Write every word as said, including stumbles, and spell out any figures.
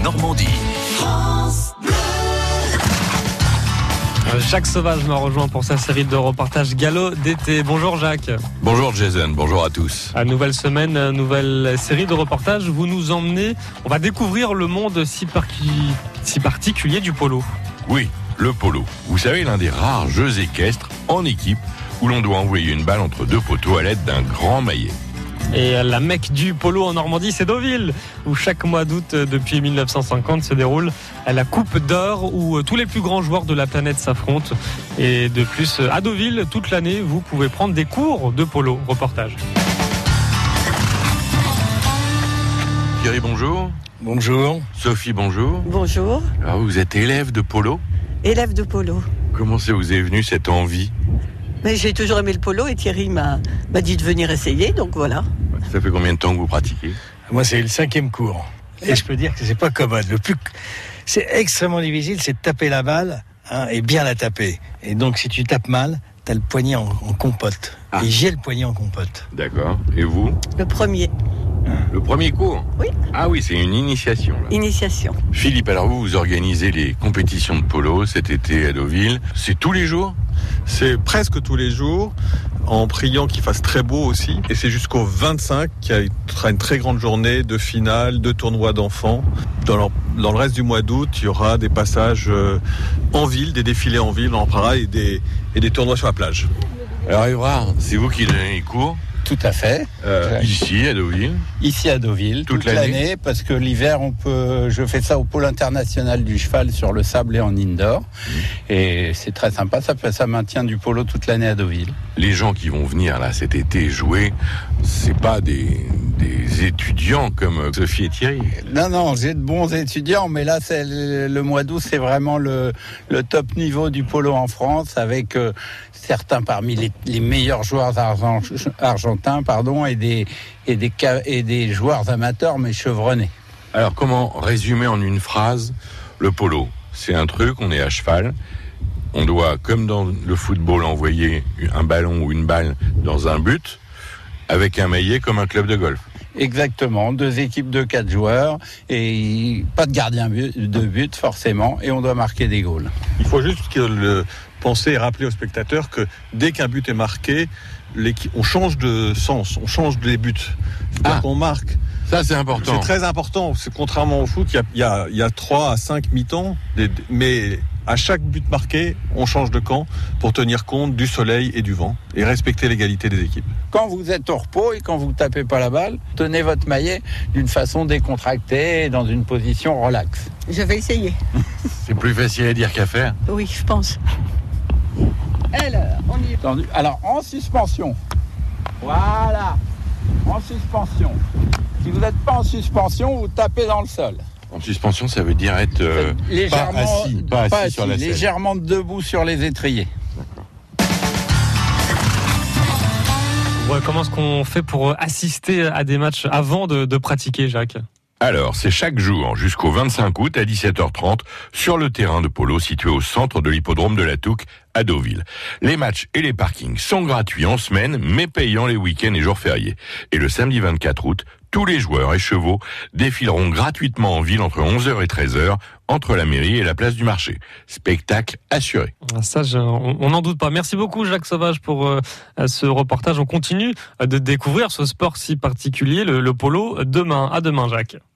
Normandie. France Bleu. Jacques Sauvage m'a rejoint pour sa série de reportages galop d'été. Bonjour Jacques. Bonjour Jason, bonjour à tous. À nouvelle semaine, nouvelle série de reportages. Vous nous emmenez, on va découvrir le monde si, par... si particulier du polo. Oui, le polo. Vous savez, l'un des rares jeux équestres en équipe où l'on doit envoyer une balle entre deux poteaux à l'aide d'un grand maillet. Et la Mecque du polo en Normandie, c'est Deauville, où chaque mois d'août depuis dix-neuf cent cinquante se déroule la Coupe d'Or, où tous les plus grands joueurs de la planète s'affrontent. Et de plus, à Deauville, toute l'année, vous pouvez prendre des cours de polo. Reportage. Thierry, bonjour. Bonjour. Sophie, bonjour. Bonjour. Alors, vous êtes élève de polo ? Élève de polo. Comment ça vous est venu cette envie ? Mais j'ai toujours aimé le polo et Thierry m'a, m'a dit de venir essayer, donc voilà. Ça fait combien de temps que vous pratiquez ? Moi, c'est le cinquième cours. Et je peux dire que c'est pas commode. Le plus, c'est extrêmement difficile, c'est de taper la balle hein, et bien la taper. Et donc, si tu tapes mal, t'as le poignet en, en compote. Ah. Et j'ai le poignet en compote. D'accord. Et vous ? Le premier. Le premier cours ? Oui. Ah oui, c'est une initiation. Là. Initiation. Philippe, alors vous, vous organisez les compétitions de polo cet été à Deauville. C'est tous les jours ? C'est presque tous les jours, en priant qu'il fasse très beau aussi. Et c'est jusqu'au vingt-cinq qu'il y aura une très grande journée de finale, de tournois d'enfants. Dans le, dans le reste du mois d'août, il y aura des passages en ville, des défilés en ville, en para et des, et des tournois sur la plage. Alors Évrard, c'est vous qui donnez les cours ? Tout à fait. Euh, ici, à Deauville. Ici à Deauville, toute, toute l'année. l'année, parce que l'hiver, on peut. Je fais ça au pôle international du cheval sur le sable et en indoor, mmh. et c'est très sympa. Ça, ça maintient du polo toute l'année à Deauville. Les gens qui vont venir là cet été jouer, c'est pas des, des étudiants comme Sophie et Thierry. Non, non, j'ai de bons étudiants, mais là, c'est le, le mois d'août, c'est vraiment le, le top niveau du polo en France, avec euh, certains parmi les, les meilleurs joueurs argent, argentins, pardon, et des et des et des joueurs amateurs mais chevronnés. Alors, comment résumer en une phrase le polo ? C'est un truc, on est à cheval. On doit, comme dans le football, envoyer un ballon ou une balle dans un but, avec un maillet comme un club de golf. Exactement, deux équipes de quatre joueurs, et pas de gardien de but forcément, et on doit marquer des goals. Il faut juste que le penser et rappeler aux spectateurs que dès qu'un but est marqué, on change de sens, on change les buts. C'est-à-dire ah, qu'on marque. Ça, c'est important. C'est très important. C'est contrairement au foot, il y a, il y a, il y a trois à cinq mi-temps, mais à chaque but marqué, on change de camp pour tenir compte du soleil et du vent et respecter l'égalité des équipes. Quand vous êtes au repos et quand vous ne tapez pas la balle, tenez votre maillet d'une façon décontractée et dans une position relaxe. Je vais essayer. C'est plus facile à dire qu'à faire. Oui, je pense. Alors, on y est. Alors, en suspension. Voilà. En suspension. Si vous n'êtes pas en suspension, vous tapez dans le sol. En suspension, ça veut dire être euh, légèrement, pas assis, pas assis, pas assis sur la selle. Légèrement debout sur les étriers. Ouais, comment est-ce qu'on fait pour assister à des matchs avant de, de pratiquer, Jacques ? Alors, c'est chaque jour jusqu'au vingt-cinq août à dix-sept heures trente sur le terrain de polo situé au centre de l'hippodrome de la Touques à Deauville. Les matchs et les parkings sont gratuits en semaine, mais payants les week-ends et jours fériés. Et le samedi vingt-quatre août, tous les joueurs et chevaux défileront gratuitement en ville entre onze heures et treize heures entre la mairie et la place du marché. Spectacle assuré. Ça, je, on n'en doute pas. Merci beaucoup Jacques Sauvage pour euh, ce reportage. On continue de découvrir ce sport si particulier, le, le polo, demain. À demain Jacques.